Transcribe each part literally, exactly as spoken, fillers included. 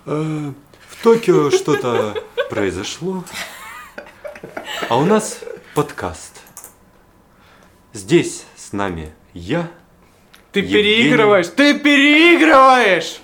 Э, в Токио что-то произошло, а у нас подкаст. Здесь с нами я. Ты Евгений. переигрываешь! Ты переигрываешь!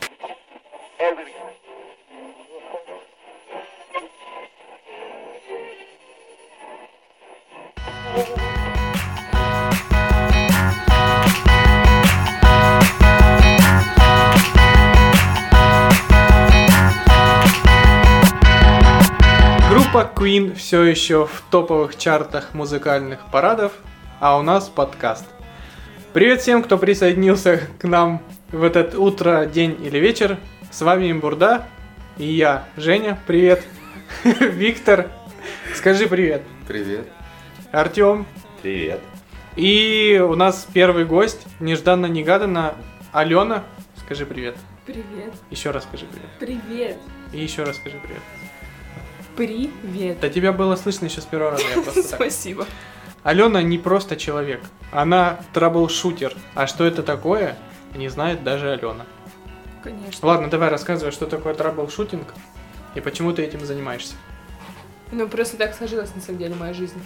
Группа Queen все еще в топовых чартах музыкальных парадов, а у нас подкаст. Привет всем, кто присоединился к нам в этот утро, день или вечер. С вами Бурда и я, Женя. Привет. Виктор, скажи привет. Привет. Артем. Привет. И у нас первый гость, нежданно-негаданно, Алена. Скажи привет. Привет. Еще раз скажи привет. Привет. И еще раз скажи привет. Привет. Да тебя было слышно еще с первого раза. Я просто так. Спасибо. Алена не просто человек, она траблшутер. А что это такое, не знает даже Алена. Конечно. Ладно, давай рассказывай, что такое траблшутинг и почему ты этим занимаешься. Ну, просто так сложилась, на самом деле, моя жизнь.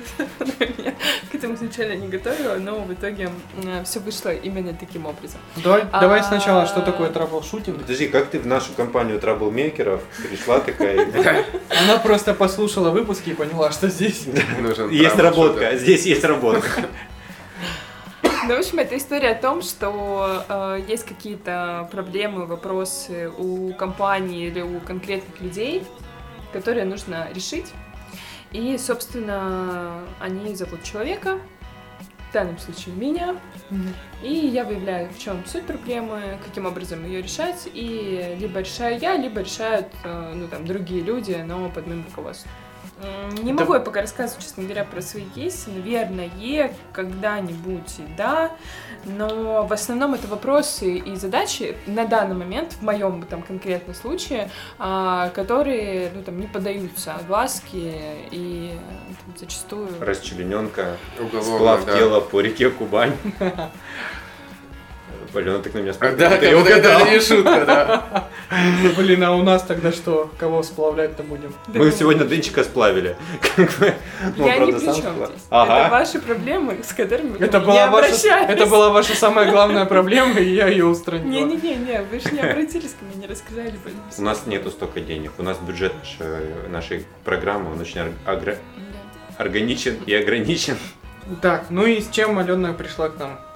Я к этому изначально не готовила, но в итоге все вышло именно таким образом. Давай, давай сначала, что такое траблшутинг. Подожди, как ты в нашу компанию траблмейкеров пришла такая? Она просто послушала выпуски и поняла, что здесь Нужен Есть траблшутер. работка, здесь есть работка. Ну, в общем, это история о том, что э, есть какие-то проблемы, вопросы у компании или у конкретных людей, которые нужно решить. И, собственно, они зовут человека, в данном случае меня, Мгм. и я выявляю, в чем суть проблемы, каким образом ее решать, и либо решаю я, либо решают э, ну, там, другие люди, но под моим руководством. М, Не Это- могу я пока рассказывать, честно говоря, про свои кейсы. Наверное, когда-нибудь и да. Но в основном это вопросы и задачи на данный момент, в моем там конкретном случае, а, которые ну, там, не поддаются огласке и там, зачастую... Расчлененка, Уголовно, сплав да. тела по реке Кубань. Алена так на меня А, смотрит. Да, Ты как будто угадал. это не шутка, да. Блин, а у нас тогда что? Кого сплавлять-то будем? Мы сегодня дынчика сплавили. Как бы, ну, Я ни правда, при сам чем сплав. здесь. Это Ага. ваши проблемы, с которыми вы Это ко мне была, не ваша, обращались. это была ваша самая главная проблема, и я ее устранила. Не-не-не, вы же не обратились ко мне, не рассказали бы. У нас нету столько денег. У нас бюджет нашей, нашей программы, он очень ор- агро- Да. органичен и ограничен. Так, ну и с чем Алена пришла к нам?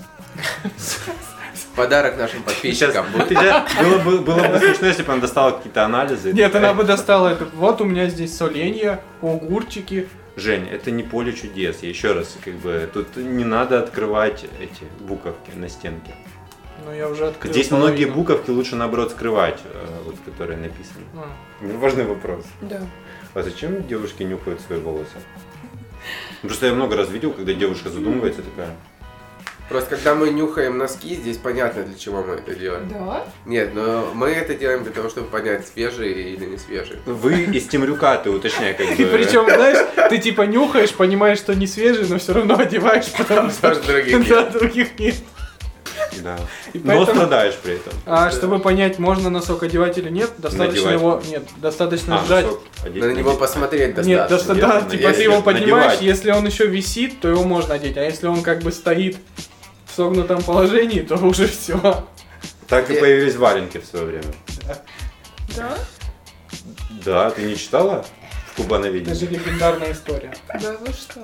Подарок нашим Сейчас подписчикам будет. было бы, было бы смешно, если бы она достала какие-то анализы. Нет, она бы достала это. Вот у меня здесь соленья, огурчики. Жень, это не поле чудес. Я еще раз, как бы, тут не надо открывать эти буковки на стенке. Ну я уже открыл. Здесь половину. многие буковки лучше наоборот скрывать, э, вот, которые написаны. А. Важный вопрос. Да. А зачем девушки нюхают свои волосы? Просто я много раз видел, когда девушка задумывается такая. Просто когда мы нюхаем носки, здесь понятно, для чего мы это делаем. Да? Нет, но мы это делаем для того, чтобы понять, свежие или не свежие. Вы из Темрюка, ты уточняй, как бы. И причем, знаешь, ты типа нюхаешь, понимаешь, что не свежий, но все равно одеваешь, потому что Потому что других да, нет. других нет. Да. И Но поэтому- страдаешь при этом. А чтобы понять, можно носок одевать или нет, достаточно Надевать. его, нет, достаточно А, ждать. носок одеть, На него надеть. посмотреть Нет, достаточно. доста- да, Ясно, типа если ты его поднимаешь, надевать. если он еще висит, то его можно одеть, а если он как бы стоит в согнутом положении, то уже все. Так и Э. появились валенки в свое время. Да? Да, ты не читала в Кубановидении? Это же легендарная история. Да вы что?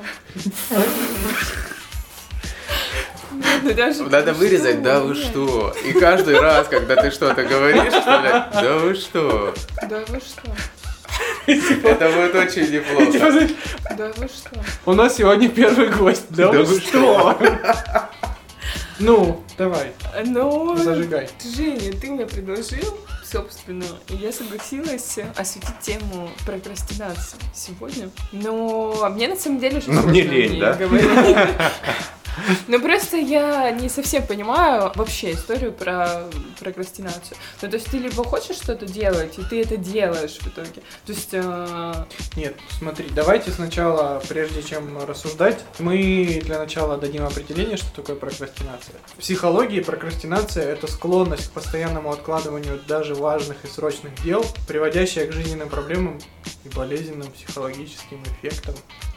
Ну, даже- Надо вырезать, да вы Нет. что? И каждый раз, когда ты что-то говоришь, вставлять, да вы что? Да вы что? Это будет очень Типа, неплохо. знаешь, Да вы что? у нас сегодня первый гость. Да, Да вы вы что? Ну, давай, Ну, зажигай. Женя, ты мне предложил, собственно, и я согласилась осветить тему прокрастинации сегодня. Но мне на самом деле уже Ну, мне сложно лень, о ней да? говорить. Ну просто я не совсем понимаю вообще историю про прокрастинацию. Ну то есть ты либо хочешь что-то делать, и ты это делаешь в итоге. То есть... Э... Нет, смотри, давайте сначала, прежде чем рассуждать, мы для начала дадим определение, что такое прокрастинация. В психологии прокрастинация – это склонность к постоянному откладыванию даже важных и срочных дел, приводящая к жизненным проблемам и болезненным психологическим эффектам.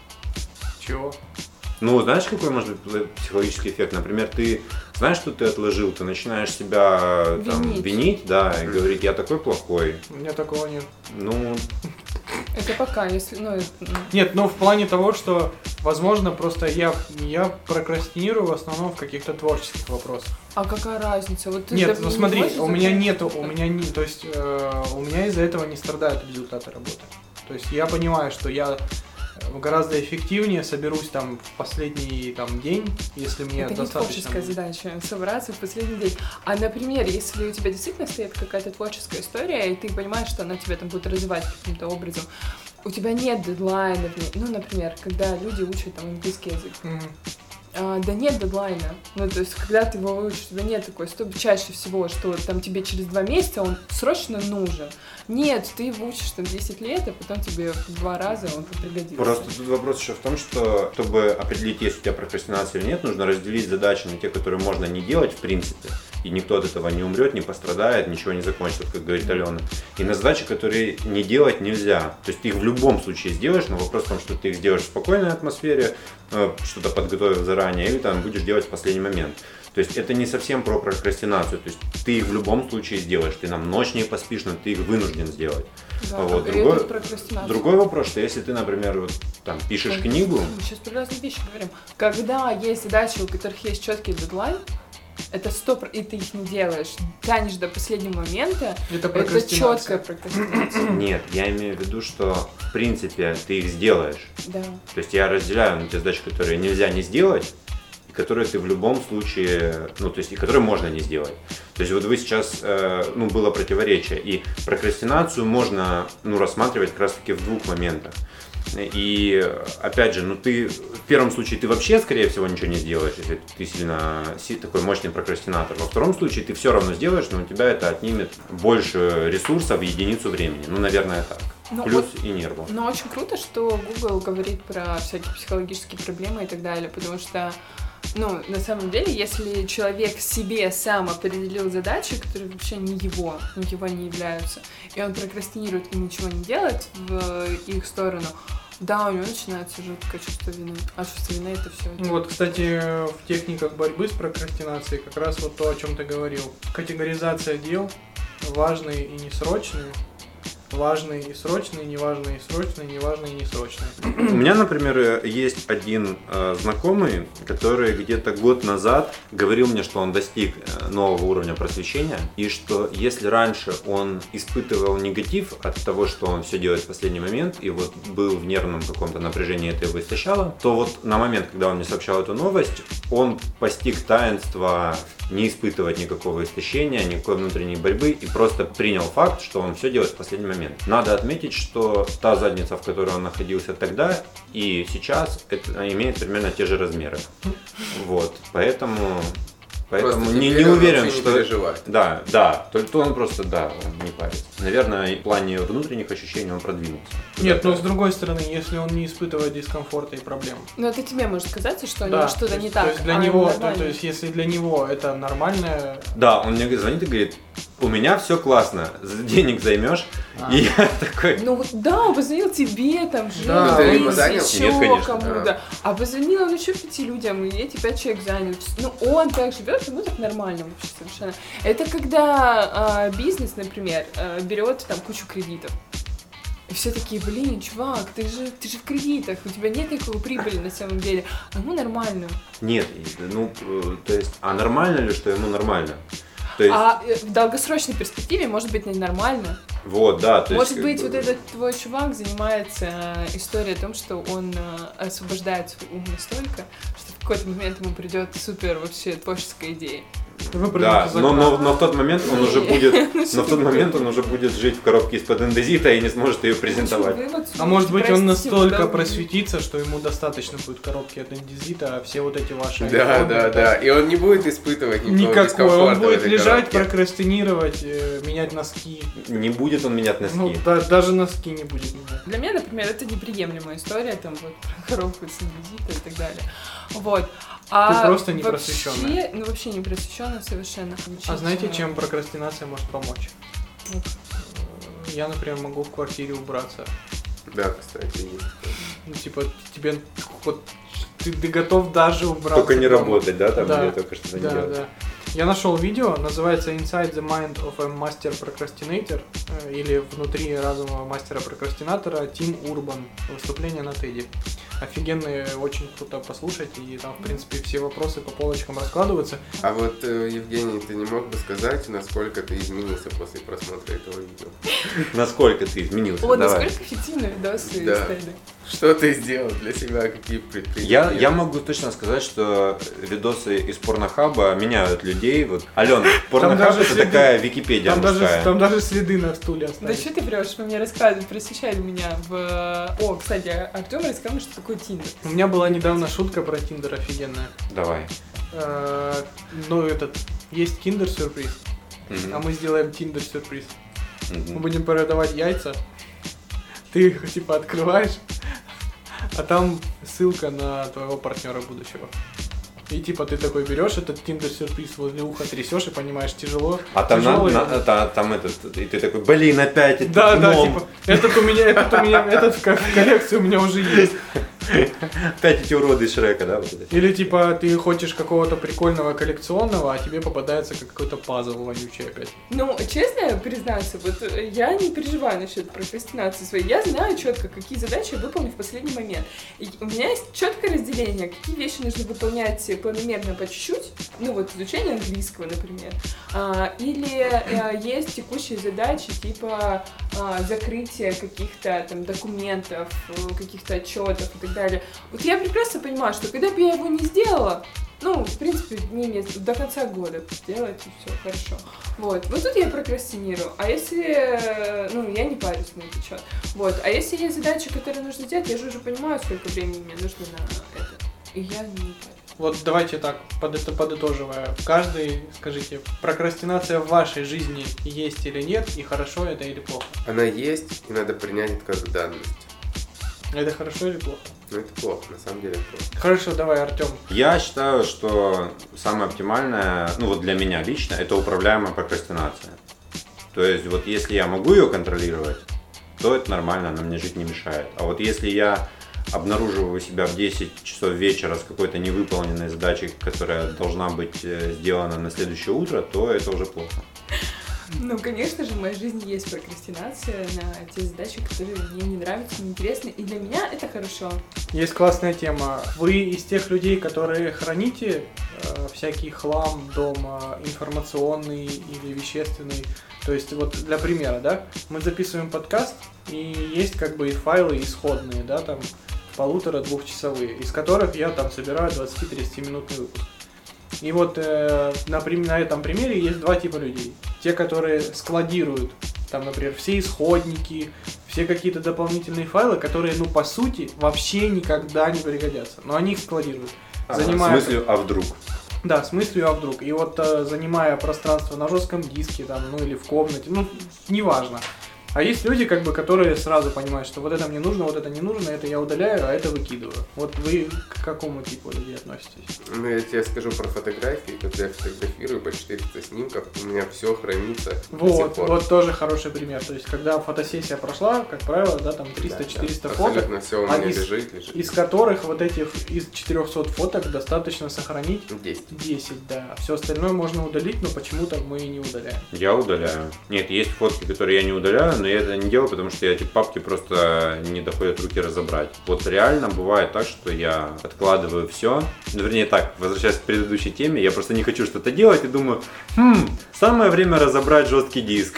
Чего? Ну, знаешь, какой может быть психологический эффект? Например, ты знаешь, что ты отложил, ты начинаешь себя там, Винить. винить, да, и говорить, я такой плохой. У меня такого нет. Ну, Это пока, если... Ну, это... Нет, ну в плане того, что, возможно, просто я, я прокрастинирую в основном в каких-то творческих вопросах. А какая разница? Вот ты Нет, же ну не смотри, можешь у меня закончить нету, это? у меня не, то есть э, у меня из-за этого не страдают результаты работы. То есть я понимаю, что я гораздо эффективнее соберусь там в последний там день, если мне Это не достаточно. творческая задача, собраться в последний день. А, например, если у тебя действительно стоит какая-то творческая история, и ты понимаешь, что она тебя там будет развивать каким-то образом, у тебя нет дедлайнов, ну, например, когда люди учат там английский язык. Мгм. А, да нет дедлайна. Ну, то есть, когда ты его выучишь, у тебя нет такой стопы чаще всего, что там тебе через два месяца он срочно нужен. Нет, ты его учишь там десять лет, а потом тебе в два раза он пригодится. просто тут вопрос еще в том, что чтобы определить, есть у тебя прокрастинация или нет, нужно разделить задачи на те, которые можно не делать в принципе, и никто от этого не умрет, не пострадает, ничего не закончится, как говорит Алена. И на задачи, которые не делать нельзя. То есть ты их в любом случае сделаешь, но вопрос в том, что ты их сделаешь в спокойной атмосфере, что-то подготовив заранее, или там будешь делать в последний момент. То есть это не совсем про прокрастинацию, то есть ты их в любом случае сделаешь, ты нам ночь не поспишь, но ты их вынужден сделать. Да, Вот. и Другой, это прокрастинация. другой вопрос, что если ты, например, вот, там, пишешь Мы книгу, сейчас про разные вещи говорим. Когда есть задачи, у которых есть четкий дедлайн, это стоп, и ты их не делаешь, тянешь до последнего момента, Это это прокрастинация. четкая прокрастинация. нет, я имею в виду, что в принципе ты их сделаешь. Да. То есть я разделяю на те задачи, которые нельзя не сделать, и которые ты в любом случае, ну, то есть, и которые можно не сделать. То есть вот вы сейчас, э, ну, было противоречие, и прокрастинацию можно, ну, рассматривать как раз-таки в двух моментах. И, опять же, ну, ты, в первом случае ты вообще, скорее всего, ничего не сделаешь, если ты сильно, си- такой мощный прокрастинатор. Во втором случае ты все равно сделаешь, но у тебя это отнимет больше ресурсов в единицу времени. Ну, наверное, так. Ну, Плюс вот- и нервов. Но очень круто, что Google говорит про всякие психологические проблемы и так далее, потому что, ну, на самом деле, если человек себе сам определил задачи, которые вообще не его, не его не являются, и он прокрастинирует и ничего не делает в их сторону, да, у него начинается жуткое чувство вины. А чувство вины — это все. Вот, кстати, в техниках борьбы с прокрастинацией как раз вот то, о чем ты говорил. Категоризация дел, важные и несрочные, важные и срочные, неважные и срочные, неважные и несрочные. У меня, например, есть один э, знакомый, который где-то год назад говорил мне, что он достиг э, нового уровня просвещения, и что если раньше он испытывал негатив от того, что он все делает в последний момент, и вот был в нервном каком-то напряжении, это его истощало, то вот на момент, когда он мне сообщал эту новость, он постиг таинство не испытывать никакого истощения, никакой внутренней борьбы, и просто принял факт, что он все делает в последний момент. Надо отметить, что та задница, в которой он находился тогда и сейчас, это имеет примерно те же размеры. Вот, поэтому, поэтому Просто не, теперь не он уверен, вообще не что... переживает. Да, да, только он просто, да, он не парится. Наверное, в плане внутренних ощущений он продвинулся. Нет, но с другой стороны, если он не испытывает дискомфорта и проблем. Ну, это тебе может казаться, что у Да, него что-то то есть- не так. То есть для а него, то, нормально. то есть если для него это нормальное. Да, он мне звонит и говорит, у меня все классно, денег займешь. А. И я такой, Ну вот да, он позвонил тебе, там, Жене, Да. Ты ему Лизе, занял? еще Нет, конечно, кому, да. да. А позвонил он еще пяти людям, и эти пять человек заняли. Ну, он так живет, ему так нормально вообще совершенно. Это когда а, бизнес, например, а, берет там кучу кредитов. И все такие, блин, чувак, ты же, ты же в кредитах, у тебя нет никакой прибыли на самом деле. А ему нормально. нет, ну, э, то есть, а нормально ли, что ему нормально? То есть, А э, в долгосрочной перспективе может быть ненормально. вот, да, то Может есть, быть, как вот бы, этот твой чувак занимается э, историей о том, что он э, освобождает свой ум настолько, что в какой-то момент ему придет супер вообще творческая идея. Да, но, но, но в тот момент он уже будет, но в тот момент он уже будет жить в коробке из-под эндезита и не сможет ее презентовать. А может быть он настолько просветится, что ему достаточно будет коробки от эндезита, а все вот эти ваши... Да, айфоны, да, да, и он не будет испытывать никакого никакой, он будет лежать, коробке. Прокрастинировать, э, менять носки. Не будет он менять носки. Ну, да, даже носки не будет менять. Для меня, например, это неприемлемая история, там вот про коробку с индезита и так далее. Вот. А Ты просто не вообще, просвещенная. Ну вообще не просвещенная совершенно. А знаете, чем прокрастинация может помочь? Ну. Я, например, могу в квартире убраться. Да, кстати, есть. Ну, типа, тебе вот ты, ты готов даже убраться. Только не работать, да, там, да, где только что-то да, не делать. Да. Я нашел видео, называется Inside the Mind of a Master Procrastinator, или Внутри разума мастера прокрастинатора, Тим Урбан. Выступление на Теди. Офигенные, очень круто послушать, и там, в принципе, все вопросы по полочкам раскладываются. А вот, Евгений, ты не мог бы сказать, насколько ты изменился после просмотра этого видео? Насколько ты изменился? О, Давай. насколько эффективны видосы Да. из Теди? Что ты сделал для себя, какие предприятия? Я, я могу точно сказать, что видосы из порнохаба меняют людей. Вот. Алена, порнохаб даже это следы- такая Википедия Там даже, мужская. там даже следы на стуле Да остались. что ты врешь, вы мне рассказывали, просвещали меня в... О, кстати, Артем рассказал мне, что такое Тиндер. У меня была недавно шутка про Тиндер офигенная. Давай. Э, Ну, этот, есть киндер-сюрприз, Мгм. а мы сделаем Тиндер-сюрприз. Мы Мгм. будем продавать яйца, ты их типа открываешь, а там ссылка на твоего партнера будущего. И типа ты такой берешь этот киндер-сюрприз возле уха, трясешь и понимаешь, тяжело. А там, на- тяжелый. на- та- там этот, и ты такой, блин, опять этот Да, да, гном. типа, этот у меня, этот у меня, этот в ко- в коллекции у меня уже есть. Опять эти уроды из Шрека, да? Вот это. Или типа ты хочешь какого-то прикольного коллекционного, а тебе попадается как какой-то пазл вонючий опять. Ну, честно признаться, вот э, я не переживаю насчет прокрастинации своей. Я знаю четко, какие задачи я выполню в последний момент. И у меня есть четкое разделение, какие вещи нужно выполнять планомерно по чуть-чуть. Ну вот изучение английского, например. А, или э, есть текущие задачи типа а, закрытие каких-то там документов, э, каких-то отчетов и так далее. Вот я прекрасно понимаю, что когда бы я его не сделала, ну, в принципе, не имеет до конца года сделать, и все, хорошо. Вот. Вот тут я прокрастинирую. А если, э, ну, я не парюсь на этот счет. Вот. А если есть задачи, которые нужно сделать, я же уже понимаю, сколько времени мне нужно на это. И я не парюсь. Вот давайте так, под это подытоживая. Каждый, скажите, прокрастинация в вашей жизни есть или нет, и хорошо это или плохо? Она есть, и надо принять это как данность. Это хорошо или плохо? Но это плохо, на самом деле это плохо. Хорошо, давай, Артем. Я считаю, что самое оптимальное, ну вот для меня лично, это управляемая прокрастинация. То есть вот если я могу ее контролировать, то это нормально, она мне жить не мешает. А вот если я обнаруживаю себя в десять часов вечера с какой-то невыполненной задачей, которая должна быть э, сделана на следующее утро, то это уже плохо. Ну, конечно же, в моей жизни есть прокрастинация на те задачи, которые мне не нравятся, не интересны. И для меня это хорошо. Есть классная тема. Вы из тех людей, которые храните э, всякий хлам дома, информационный или вещественный. То есть, вот для примера, да, мы записываем подкаст, и есть как бы и файлы исходные, да, там полутора-двухчасовые, из которых я там собираю двадцать-тридцать-минутный выпуск. И вот э, на, на этом примере есть два типа людей. Те, которые складируют, там, например, все исходники, все какие-то дополнительные файлы, которые, ну, по сути, вообще никогда не пригодятся. Но они их складируют. А, занимая... В смысле, а вдруг? Да, с мыслью, а вдруг. И вот э, занимая пространство на жестком диске, там, ну, или в комнате, ну, неважно. А есть люди, как бы, которые сразу понимают, что вот это мне нужно, вот это не нужно, это я удаляю, а это выкидываю. Вот вы к какому типу людей относитесь? Ну, я тебе скажу про фотографии. Когда я фотографирую по четыреста снимков, у меня все хранится до сих Вот, пор. вот тоже хороший пример. То есть, когда фотосессия прошла, как правило, да, там триста-четыреста Да, да. фоток, Абсолютно все у а меня из- лежит, лежит. из которых вот этих, из четырехсот фоток достаточно сохранить десять. десять, да. Все остальное можно удалить, но почему-то мы и не удаляем. Я удаляю. Нет, есть фотки, которые я не удаляю, но я это не делаю, потому что эти папки просто не доходят руки разобрать. Вот реально бывает так, что я откладываю все. Ну, вернее так, возвращаясь к предыдущей теме, я просто не хочу что-то делать и думаю, хм, самое время разобрать жесткий диск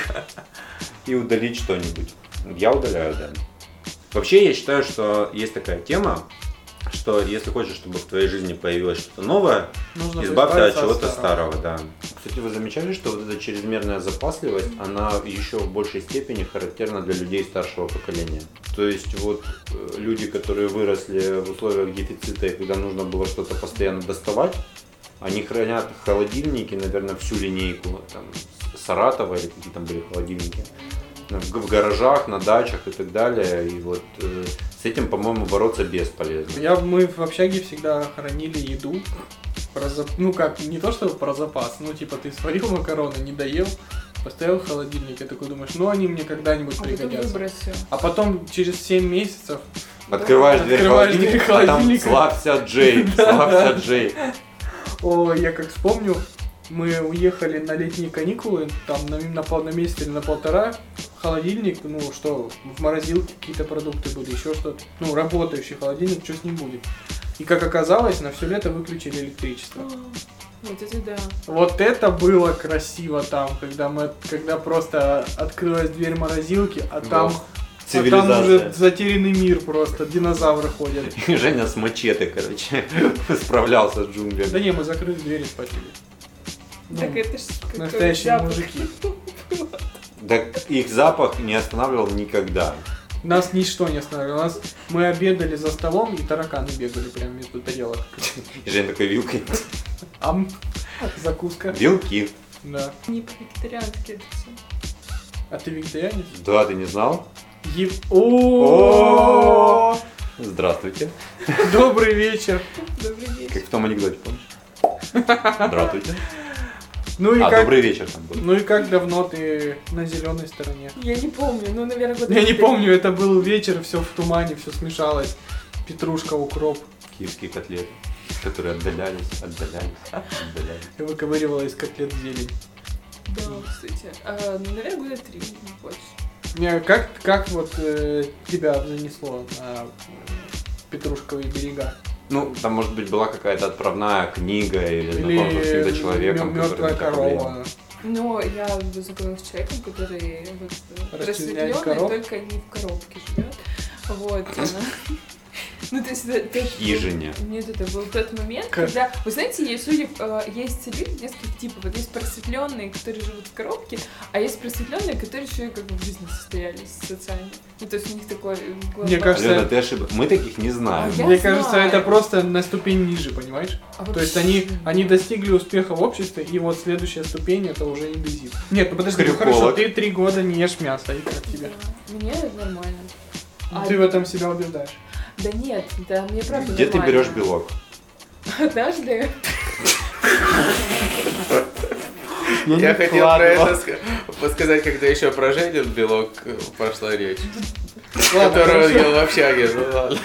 и удалить что-нибудь. Я удаляю, да. Вообще, я считаю, что есть такая тема, что если хочешь, чтобы в твоей жизни появилось что-то новое, Нужно избавься от избавиться чего-то старого, да. Кстати, вы замечали, что вот эта чрезмерная запасливость, она еще в большей степени характерна для людей старшего поколения. То есть вот люди, которые выросли в условиях дефицита, и когда нужно было что-то постоянно доставать, они хранят в холодильнике, наверное, всю линейку там, Саратова или какие там были холодильники, в гаражах, на дачах и так далее. И вот э, с этим, по-моему, бороться бесполезно. Я, мы в общаге всегда хранили еду. Про зап... Ну как, не то что про запас, ну типа ты сварил макароны, не доел, поставил в холодильник, и такой думаешь, ну они мне когда-нибудь А пригодятся. выбросил. А потом через семь месяцев Открываешь да, дверь открываешь холодильника, дверь а там холодильника. славься Джей, славься Джей. О, я как вспомню, мы уехали на летние каникулы, там на, на, пол, на месяц или на полтора, холодильник, ну что, в морозилке какие-то продукты были, еще что-то, ну работающий холодильник, что с ним будет. И как оказалось, на все лето выключили электричество. Вот это да. Вот это было красиво там, когда мы, когда просто открылась дверь морозилки, а там, а там уже затерянный мир просто, динозавры ходят. И Женя с мачете, короче, справлялся с джунглями. Да не, мы закрыли дверь и спасили. Ну, Так это ж настоящие мужики. Так их запах не останавливал никогда. Нас ничто не останавливало. Нас, мы обедали за столом, и тараканы бегали прямо между тарелок. И Женя такой вилкой. Ам, закуска. Вилки. Да. Не по-вегетариански это все. А ты вегетарианец? Да, ты не знал? Ев... О! Здравствуйте. Добрый вечер. Добрый вечер. Как в том анекдоте, помнишь? Здравствуйте. Ну и а, как... добрый вечер там был. Ну и как давно ты на зеленой стороне? Я не помню, ну, наверное, года Я не четыре. помню, это был вечер, все в тумане, все смешалось. Петрушка, укроп. Киевские котлеты, которые отдалялись, отдалялись, отдалялись. И выковыривала из котлет зелень. Да, кстати. А, ну, наверное, года три, не больше. Не, как, как вот э, тебя занесло на э, Петрушковые берега? Ну, там, может быть, была какая-то отправная книга или Или знакомство с каким-то человеком, мертвая который меня повлиял. корова. Но я познакомилась с человеком, который вот, Расчленяет просветленный, коров? только не в коробке живет. Вот. Ну, то есть, это, это- Хижине. Нет, это был тот момент, Как? когда, вы знаете, есть люди, э, есть люди нескольких типов. Вот есть просветленные, которые живут в коробке, а есть просветленные, которые еще как бы в жизни состоялись социально. Ну, то есть у них такой глобальный- Мне кажется, Алена, ты ошибок. Мы таких не знаем. А я Мне знаю. кажется, это просто на ступень ниже, понимаешь? А То есть вообще- они, они достигли успеха в обществе, и вот следующая ступень это уже индезит. Нет, ну подожди, ну Крюколог. хорошо, ты три года не ешь мясо, и как тебе? Да. Мне нормально. А- Ты в этом себя убеждаешь. Да нет, да мне правда Где ты нормально. берешь белок? Однажды Я хотел про это ска- подсказать, когда еще про Женю белок э, пошла речь. Которую он ел в общаге. Ну ладно.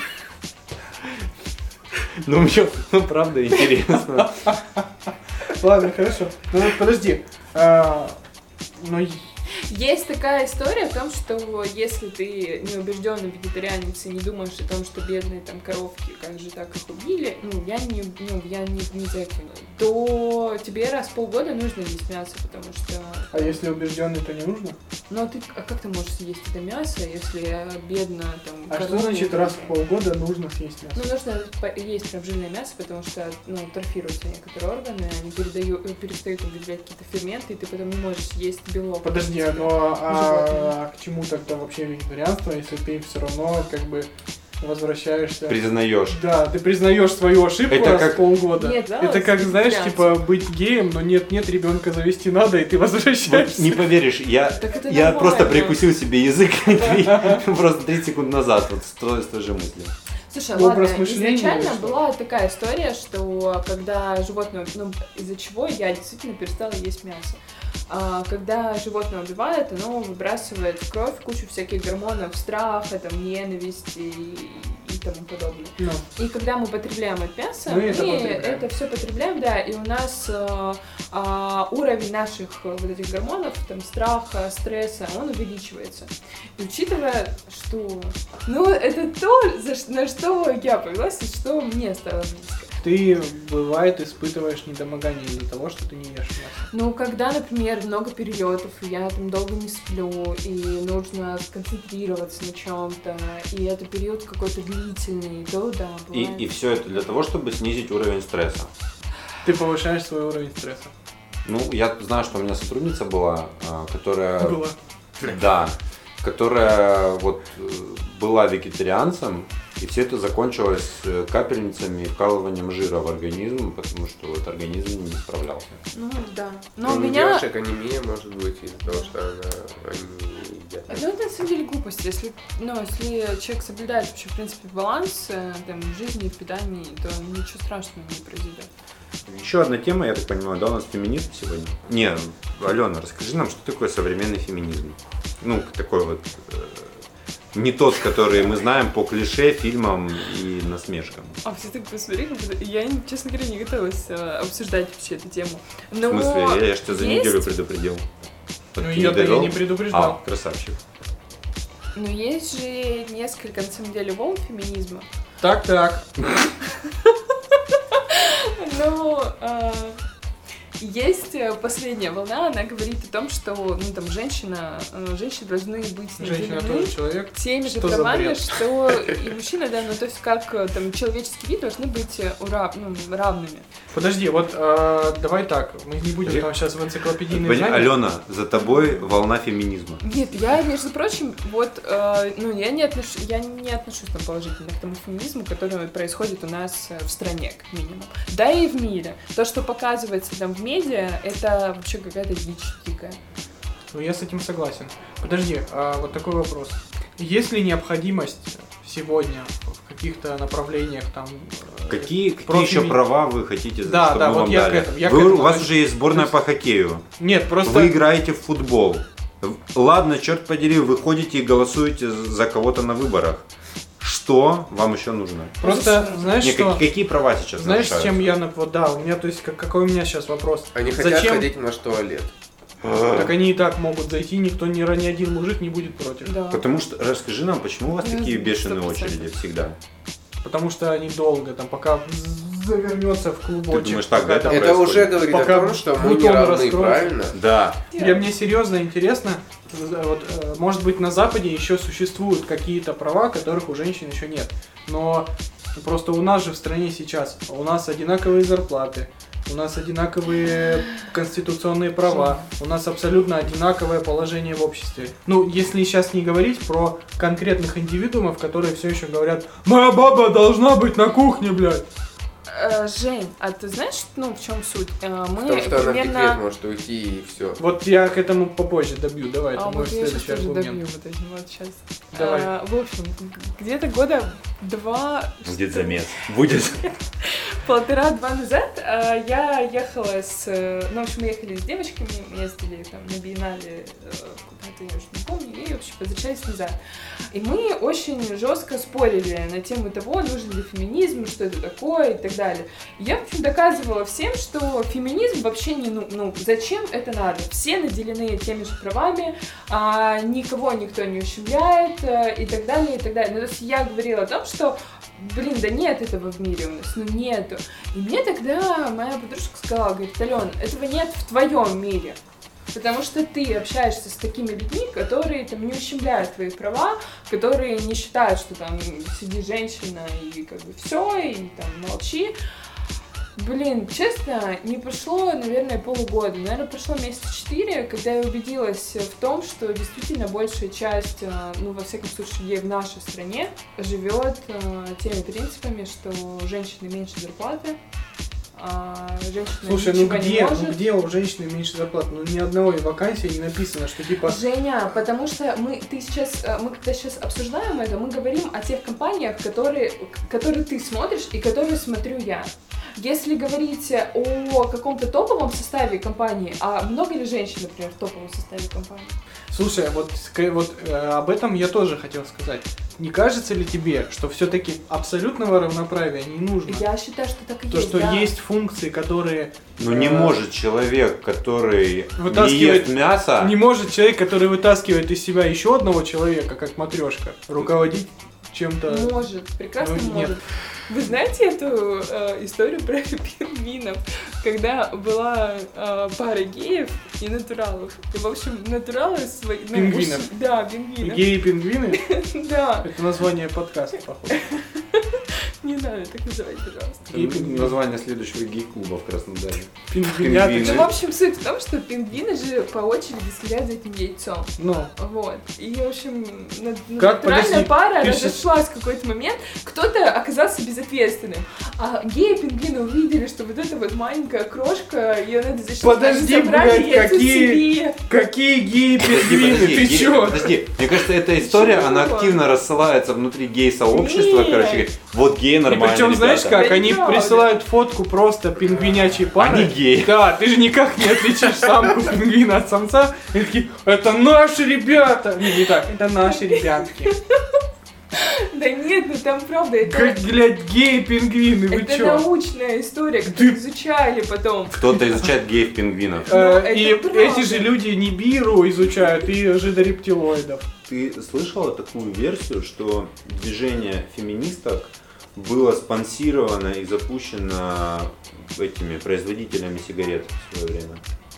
Ну, мне, ну, правда, интересно. Ладно, хорошо. Ну вот подожди. А, ну, есть такая история о том, что если ты неубежденный вегетарианец и не думаешь о том, что бедные там коровки, как же так их убили, ну, я не, ну, я не, не за это, то тебе раз в полгода нужно есть мясо, потому что... а если убежденный, то не нужно? Ну, а ты, а как ты можешь съесть это мясо, если бедно там... А что корову значит раз в убили? полгода нужно съесть мясо? Ну, нужно по- есть прям жирное мясо, потому что, ну, атрофируются некоторые органы, они передают, перестают выделять какие-то ферменты, и ты потом не можешь есть белок. Подожди, Тебе. ну а, а к чему тогда вообще вегетарианство, если ты все равно как бы возвращаешься? Признаешь. Да, ты признаешь свою ошибку Это раз как- в полгода. Нет, да, это как, с знаешь, вегетарианцем. типа быть геем, но нет, нет, ребенка завести надо, и ты Вот возвращаешься. не поверишь, я, Так это я нормально. просто прикусил себе язык просто тридцать секунд назад, вот с той, с той же мыслью. Слушай, Образ ладно, мышления изначально или что? была такая история, что когда животное, ну, из-за чего я действительно перестала есть мясо. А, когда животное убивает, оно выбрасывает в кровь кучу всяких гормонов, страха, там, ненависти и, и тому подобное. Ну, И когда мы потребляем это мясо, Мы мы это это, потребляем. все потребляем, да, и у нас э, а, уровень наших э, вот этих гормонов, там, страха, стресса, он увеличивается. И учитывая, что, ну, это то, за, ш- на что я повелась, и что мне стало близко. ты, бывает, испытываешь недомогание из-за того, что ты не ешь мясо. Ну, когда, например, много перелетов, и я там долго не сплю, и нужно сконцентрироваться на чем-то, и это период какой-то длительный, то да, И, бывает. и все это для того, чтобы снизить уровень стресса. Ты повышаешь свой уровень стресса. Ну, я знаю, что у меня сотрудница была, которая... Была. Да, которая вот была вегетарианцем, и все это закончилось капельницами и вкалыванием жира в организм, потому что вот организм не справлялся. Ну, да. Но ну, у у меня... девушек анемия может быть из-за того, что она... они едят. Ну, это на самом деле глупость. Если, ну, если человек соблюдает вообще, в принципе, баланс там, в жизни и в питании, то ничего страшного не произойдет. Еще одна тема, я так понимаю, да, у нас феминизм сегодня? Не, Алена, расскажи нам, что такое современный феминизм? Ну, такой вот, э, не тот, который мы знаем по клише, фильмам и насмешкам. А все так посмотри, как будто... Я, честно говоря, не готовилась э, обсуждать вообще эту тему. Но в смысле? Я, я же тебя за есть... неделю предупредил. Ну, Ты я-то я не предупреждал. А, красавчик. Но есть же несколько, на самом деле, волн феминизма. Так-так. Ну, э, есть последняя волна, она говорит о том, что ну, там, женщина, э, женщины должны быть Женщина наделены тоже человек. теми же Что за правами, бред? что и мужчина, да, ну то есть как там человеческий вид должны быть урав, ну, равными. Подожди, вот э, давай так, мы не будем там сейчас в энциклопедийные знания. Алена, за тобой волна феминизма. Нет, я, между прочим, вот, э, ну, я не, отнош... я не отношусь там положительно к тому феминизму, который происходит у нас в стране, как минимум. Да и в мире. То, что показывается там в медиа, это вообще какая-то дичь дикая. Ну, я с этим согласен. Подожди, а вот такой вопрос. Есть ли необходимость сегодня в каких-то направлениях там... Какие, какие еще права вы хотите, да, чтобы да, мы вот вам я дали? к этому, я вы, к этому, у вас то уже есть сборная есть... по хоккею. Нет, просто... Вы играете в футбол. Ладно, черт подери, вы ходите и голосуете за кого-то на выборах. Что вам еще нужно? Просто, знаешь Не, что? Какие права сейчас Знаешь, с нарушаются? чем я... Вот, да, у меня, то есть, как, какой у меня сейчас вопрос? Они хотят Зачем? ходить в наш туалет. Так они и так могут зайти, никто, ни, ни один мужик не будет против. Да. Потому что, расскажи нам, почему у вас Я такие знаю, бешеные сто процентов. очереди всегда? Потому что они долго, там, пока завернется в клубочек. Ты думаешь, так, пока да, там- это Это происходит. уже говорит Пока о том, что мы не бутон равны, раскроется. правильно? Да. Я, мне серьезно интересно, вот, э, может быть, на Западе еще существуют какие-то права, которых у женщин еще нет. Но просто у нас же в стране сейчас, у нас одинаковые зарплаты, у нас одинаковые конституционные права, у нас абсолютно одинаковое положение в обществе. Ну, если сейчас не говорить про конкретных индивидуумов, которые все еще говорят: «Моя баба должна быть на кухне, блядь». Э, Жень, а ты знаешь, ну, в чем суть? Э, Мы Потому что она в примерно... декрет может уйти и все. Вот я к этому попозже добью, давай, это А мой вот я сейчас следующий тоже аргумент. добью вот этим вот сейчас. Давай. А, в общем, где-то года два... Будет замес. Будет. Полтора-два назад а, я ехала с... э, Ну, в общем, мы ехали с девочками, мы ездили там на биеннале э, куда-то, я уже не помню, и, в общем, возвращались назад. И мы очень жестко спорили на тему того, нужен ли феминизм, что это такое и так далее. И я, в общем, доказывала всем, что феминизм вообще не... Ну, ну зачем это надо? Все наделены теми же правами, а, никого никто не ущемляет э, и так далее, и так далее. Ну, то есть я говорила о том, что блин, да нет этого в мире у нас, ну нету. И мне тогда моя подружка сказала, говорит: Алён, этого нет в твоем мире. Потому что ты общаешься с такими людьми, которые там не ущемляют твои права, которые не считают, что там сиди женщина и как бы все, и там молчи. Блин, честно, не прошло, наверное, полугода, наверное, прошло месяца четыре, когда я убедилась в том, что действительно большая часть, ну, во всяком случае, людей в нашей стране живет теми принципами, что у женщины меньше зарплаты, а женщина Слушай, ну ничего не где, может. ну где у женщины меньше зарплат? Ну ни одной вакансии не написано, что типа... Женя, потому что мы, ты сейчас, мы когда сейчас обсуждаем это, мы говорим о тех компаниях, которые, которые ты смотришь и которые смотрю я. Если говорить о каком-то топовом составе компании, а много ли женщин, например, в топовом составе компании? Слушай, вот, вот э, об этом я тоже хотел сказать. Не кажется ли тебе, что все-таки абсолютного равноправия не нужно? Я считаю, что так и То, есть. что да. есть функции, которые... Ну не э, может человек, который не вытаскивает- ест мясо... Не может человек, который вытаскивает из себя еще одного человека, как матрешка, руководить чем-то... Может, прекрасно Ну, нет. может. Вы знаете эту э, историю про пингвинов, когда была э, пара геев и натуралов? И, в общем, натуралы свои... ну, Пингвинов? уж- Да, пингвинов. Геи-пингвины? Да. Это название подкаста, походу. Не надо так называть, пожалуйста. Название следующего гей-клуба в Краснодаре. Пингвины. Ну, в общем, суть в том, что пингвины же по очереди следят за этим яйцом. Ну. Вот. И, в общем, как, натуральная подожди, пара ты разошлась в какой-то момент. Кто-то оказался безответственным. А геи-пингвины увидели, что вот эта вот маленькая крошка, ее надо защитить. Подожди, блядь, какие, какие геи-пингвины? Подожди, Ты гей, чё? Подожди, мне кажется, эта история, Чего? она активно рассылается внутри гей-сообщества, Нет. короче, говорит, вот геи И нормальные причем, знаешь ребята. как, Да они неправда. присылают фотку просто пингвинячей пары. Они геи. Да, ты же никак не отличишь самку пингвина от самца. И такие, это наши ребята. Не, не так, это наши ребятки. Да нет, ну там правда, это... Как, блядь, геи-пингвины, вы Это чё? научная история, которую изучали потом. Кто-то изучает геев-пингвинов. Э, Ну, и это правда. эти же люди Нибиру изучают и жидорептилоидов. Ты слышала такую версию, что движение феминисток было спонсировано и запущено этими производителями сигарет в свое время?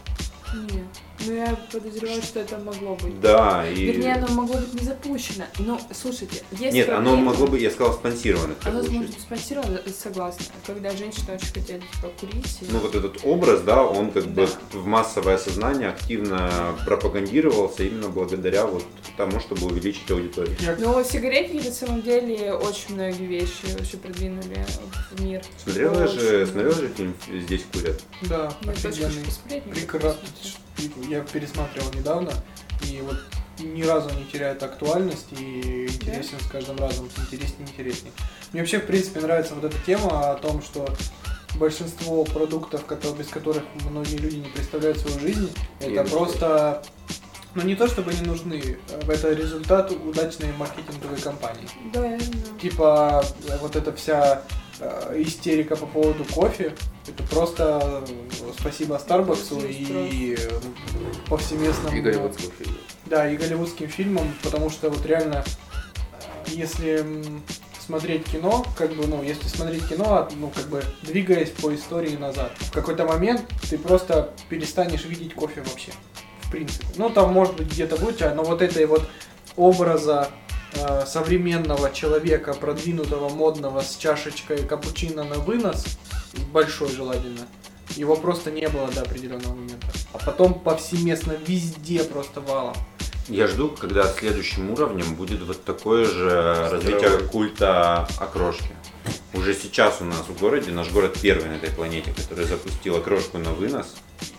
Нет. Ну я подозреваю, что это могло быть. Да, и... Вернее, оно могло быть не запущено. Но, слушайте, есть Нет, оно проблема. могло быть, я сказал, спонсировано. в Оно первую может очередь. быть спонсировано, согласна. Когда женщины очень хотели типа курить. и- Ну вот этот образ, да, он как бы Да. в массовое сознание активно пропагандировался именно благодаря вот тому, чтобы увеличить аудиторию. Но сигареты на самом деле очень многие вещи вообще продвинули в мир. Смотрела Очень же, много. смотрела же фильм «Здесь курят»? Да, Я точно хочу офигенный. посмотреть. но не Прекрасно. посмотрела. Я пересматривал недавно, и вот ни разу не теряет актуальность и интересен с каждым разом, интереснее и интереснее. Мне вообще, в принципе, нравится вот эта тема о том, что большинство продуктов, которые, без которых многие люди не представляют свою жизнь, И это не просто, ну не то чтобы они нужны, это результат удачной маркетинговой кампании. Да, я знаю. Типа вот эта вся э, истерика по поводу кофе, это просто э, спасибо Старбаксу и э, повсеместному... И голливудским фильмом. Да, и голливудским фильмам, потому что вот реально, э, если м, смотреть кино, как бы, ну, если смотреть кино, от- ну, как бы, двигаясь по истории назад, в какой-то момент ты просто перестанешь видеть кофе вообще, в принципе. Ну, там, может быть, где-то будет, а, но вот этой вот образа э, современного человека, продвинутого, модного, с чашечкой капучино на вынос, большой желательно, его просто не было до определенного момента. А потом повсеместно везде просто валом. Я жду, когда следующим уровнем будет вот такое же развитие культа окрошки. Уже сейчас у нас в городе, наш город первый на этой планете, который запустил окрошку на вынос.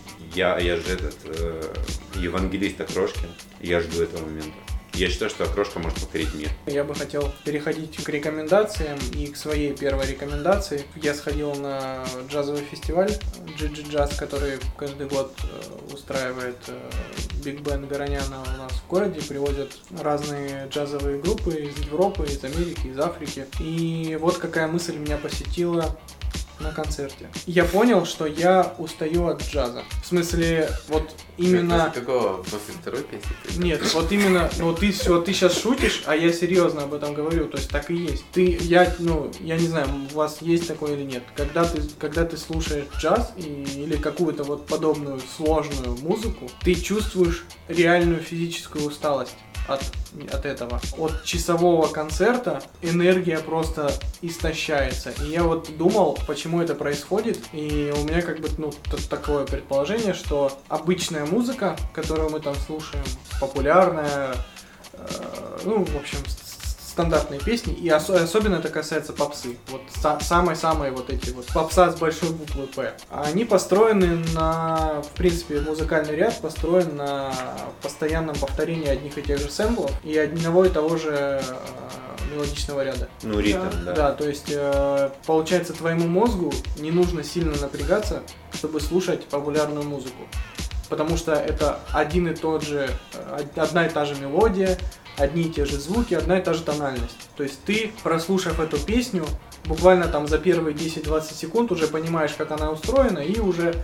Я, я же этот э, евангелист окрошки, я жду этого момента. Я считаю, что окрошка может покорить мир. Я бы хотел переходить к рекомендациям и к своей первой рекомендации. Я сходил на джазовый фестиваль джи джи Jazz, который каждый год э, устраивает э, Биг Бен Гороняна у нас в городе. Привозят разные джазовые группы из Европы, из Америки, из Африки. И вот какая мысль меня посетила на концерте. Я понял, что я устаю от джаза. В смысле, вот именно... После какого? После второй песни? Нет, вот именно, ну ты все, ты сейчас шутишь, а я серьезно об этом говорю, то есть так и есть. Ты, я, ну, я не знаю, у вас есть такое или нет. Когда ты, когда ты слушаешь джаз и, или какую-то вот подобную сложную музыку, ты чувствуешь реальную физическую усталость от, от этого. От часового концерта энергия просто истощается. И я вот думал, почему это происходит, и у меня как бы, ну, т- такое предположение, что обычная музыка, которую мы там слушаем, популярная, э, ну, в общем, с- с- стандартные песни, и ос- особенно это касается попсы. Вот са- самые-самые вот эти вот попса с большой буквы П. Они построены на, в принципе, музыкальный ряд построен на постоянном повторении одних и тех же сэмплов и одного и того же э, мелодичного ряда. Ну, ритм, Да, да. то есть э, получается твоему мозгу не нужно сильно напрягаться, чтобы слушать популярную музыку. Потому что это один и тот же, э, одна и та же мелодия, одни и те же звуки, одна и та же тональность. То есть ты, прослушав эту песню, буквально там за первые десять-двадцать секунд уже понимаешь, как она устроена, и уже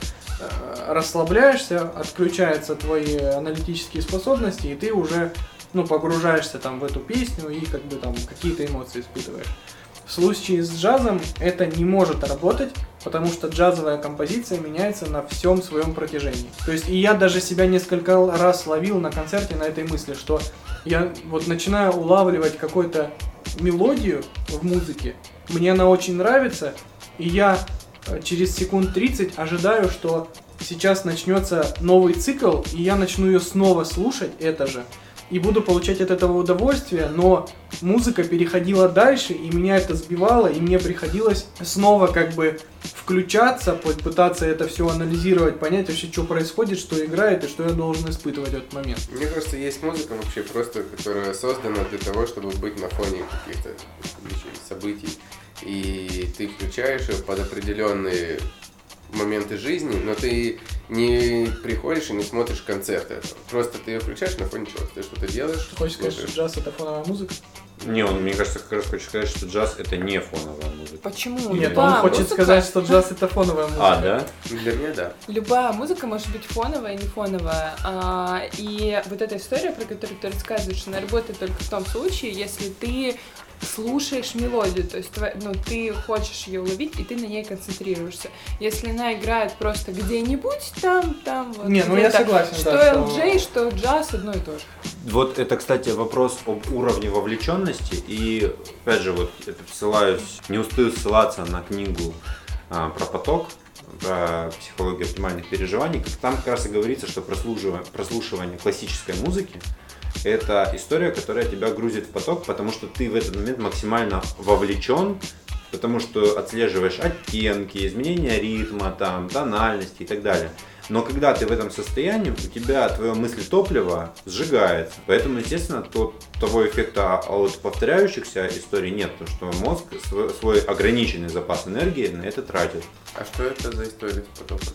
э, расслабляешься, отключаются твои аналитические способности, и ты уже, ну, погружаешься там в эту песню и как бы там какие-то эмоции испытываешь. В случае с джазом это не может работать, потому что джазовая композиция меняется на всем своем протяжении. То есть и я даже себя несколько раз ловил на концерте на этой мысли, что я вот начинаю улавливать какую-то мелодию в музыке, мне она очень нравится, и я через секунд тридцать ожидаю, что сейчас начнется новый цикл, и я начну ее снова слушать, это же, и буду получать от этого удовольствие, но музыка переходила дальше, и меня это сбивало, и мне приходилось снова как бы включаться, пытаться это все анализировать, понять вообще, что происходит, что играет, и что я должен испытывать в этот момент. Мне кажется, есть музыка вообще просто, которая создана для того, чтобы быть на фоне каких-то вещей, событий, и ты включаешь ее под определенные моменты жизни, но ты не приходишь и не смотришь концерт этого. Просто ты ее включаешь на фоне чего-то, ты что-то делаешь. Ты хочешь сказать, что джаз это фоновая музыка? Не, он, мне кажется, как раз хочет сказать, что джаз это не фоновая музыка. Почему? Нет, Любая он хочет музыка... сказать, что джаз это фоновая музыка. А, да? Для меня да. Любая музыка может быть фоновая и не фоновая. А, и вот эта история, про которую ты рассказываешь, она работает только в том случае, если ты слушаешь мелодию, то есть ну, ты хочешь ее уловить, и ты на ней концентрируешься. Если она играет просто где-нибудь там, там, вот. Не, ну я согласен, что да, эл джей, что джаз одно и то же. Вот это, кстати, вопрос об уровне вовлеченности, и, опять же, вот это ссылаюсь, не устаю ссылаться на книгу а, про поток, про психологию оптимальных переживаний, там как раз и говорится, что прослушивание, прослушивание классической музыки это история, которая тебя грузит в поток, потому что ты в этот момент максимально вовлечен, потому что отслеживаешь оттенки, изменения ритма, там, тональности и так далее. Но когда ты в этом состоянии, у тебя твое мысль топлива сжигается. Поэтому, естественно, то, того эффекта от повторяющихся историй нет, потому что мозг свой, свой ограниченный запас энергии на это тратит. А что это за история с потоком?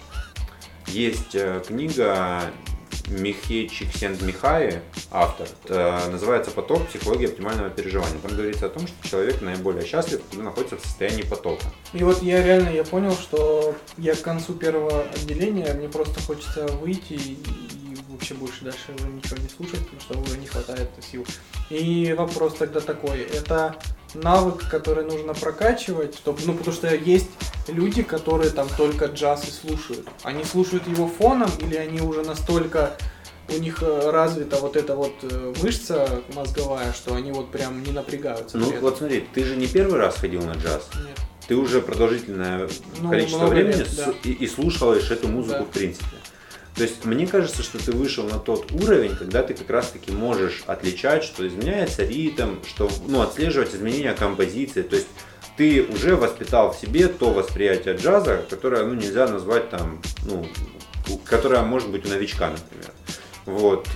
Есть э, книга Михей Чиксент-Михай, автор, это называется «Поток. Психология оптимального переживания». Там говорится о том, что человек наиболее счастлив, когда находится в состоянии потока. И вот я реально я понял, что я к концу первого отделения, мне просто хочется выйти и, и вообще больше дальше уже ничего не слушать, потому что уже не хватает сил. И вопрос тогда такой, это навык, который нужно прокачивать, чтобы, ну, потому что есть люди, которые там только джаз и слушают. Они слушают его фоном, или они уже настолько, у них развита вот эта вот мышца мозговая, что они вот прям не напрягаются. Ну вот смотри, ты же не первый раз ходил на джаз. Нет. Ты уже продолжительное ну, количество времени лет, да. и, и слушаешь эту музыку, да. В принципе. То есть мне кажется, что ты вышел на тот уровень, когда ты как раз таки можешь отличать, что изменяется ритм, что, ну, отслеживать изменения композиции. То есть ты уже воспитал в себе то восприятие джаза, которое, ну, нельзя назвать там, ну, которое может быть у новичка, например. Вот.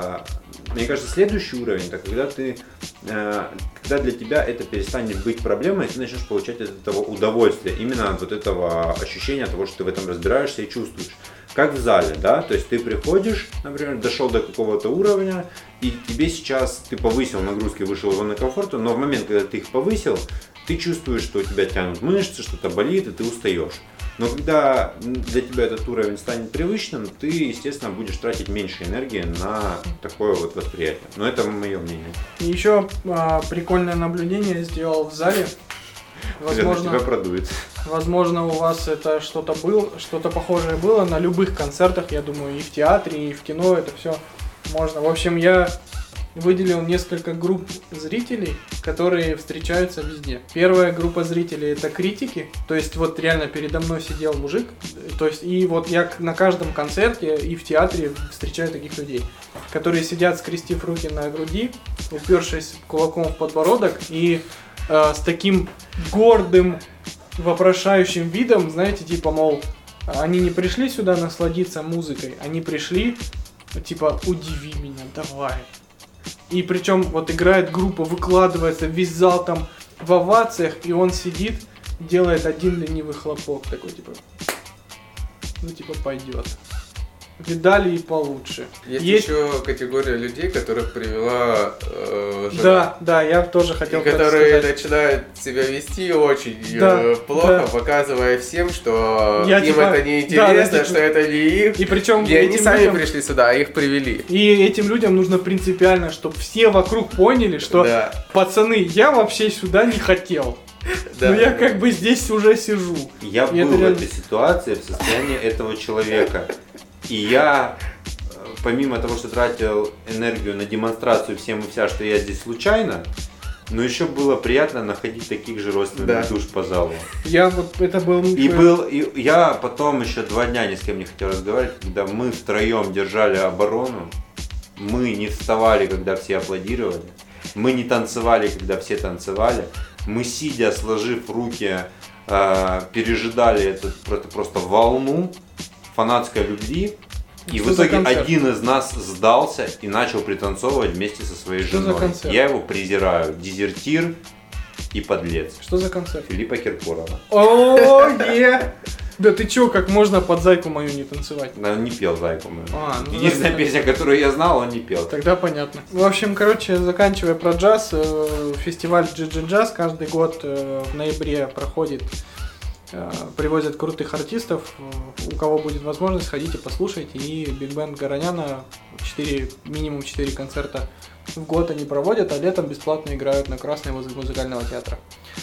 Мне кажется, следующий уровень, это когда ты, когда для тебя это перестанет быть проблемой, и ты начнешь получать от этого удовольствие, именно от вот этого ощущения того, что ты в этом разбираешься и чувствуешь. Как в зале, да, то есть ты приходишь, например, дошел до какого-то уровня, и тебе сейчас, ты повысил нагрузки, вышел из зоны комфорта, но в момент, когда ты их повысил, ты чувствуешь, что у тебя тянут мышцы, что-то болит, и ты устаешь. Но когда для тебя этот уровень станет привычным, ты, естественно, будешь тратить меньше энергии на такое вот восприятие. Но это мое мнение. И еще а, прикольное наблюдение я сделал в зале. Возможно, тебя продует. Возможно, у вас это что-то было, что-то похожее было на любых концертах, я думаю, и в театре, и в кино, это все можно. В общем, я выделил несколько групп зрителей, которые встречаются везде. Первая группа зрителей — это критики, то есть вот реально передо мной сидел мужик, то есть и вот я на каждом концерте и в театре встречаю таких людей, которые сидят, скрестив руки на груди, упершись кулаком в подбородок и э, с таким гордым, вопрошающим видом, знаете, типа, мол, они не пришли сюда насладиться музыкой, они пришли, типа, удиви меня, давай. И причем вот играет группа, выкладывается, весь зал там в овациях, и он сидит, делает один ленивый хлопок, такой, типа, ну, типа, пойдет. Видали и получше. Есть, Есть еще категория людей, которых привела э, жена. Да, да, я тоже хотел и которые сказать. Начинают себя вести очень да, плохо, да. показывая всем, что я, им типа, это не интересно, да, да, что типа, это не их. И причем и они сами людям, пришли сюда, а их привели. И этим людям нужно принципиально, чтобы все вокруг поняли, что да. пацаны, я вообще сюда не хотел. Да. Но я как бы здесь уже сижу. Я и был в реально... этой ситуации, в состоянии этого человека. И я, помимо того, что тратил энергию на демонстрацию всем и вся, что я здесь случайно, Но еще было приятно находить таких же родственных Да. душ по залу. Я вот, это был... И был, и я потом еще два дня ни с кем не хотел разговаривать, когда мы втроем держали оборону, мы не вставали, когда все аплодировали, мы не танцевали, когда все танцевали, мы, сидя, сложив руки, э, пережидали эту, эту просто волну фанатской любви. И Что в за итоге концерт? один из нас сдался и начал пританцовывать вместе со своей Что за женой. концерт? Я его презираю. Дезертир и подлец. Что за концерт? Филиппа Киркорова. О, е! Да ты чё, как можно под зайку мою не танцевать? Но он не пел зайку мою. А, ну, Единственная да, песня, которую я знал, он не пел. Тогда понятно. В общем, короче, заканчивая про джаз, э, фестиваль джи джи Jazz каждый год э, в ноябре проходит. Э, привозят крутых артистов. У кого будет возможность, сходите, послушайте. И Биг Бенд Гороняна четыре, минимум четыре концерта в год они проводят, а летом бесплатно играют на Красной возле музыкального театра.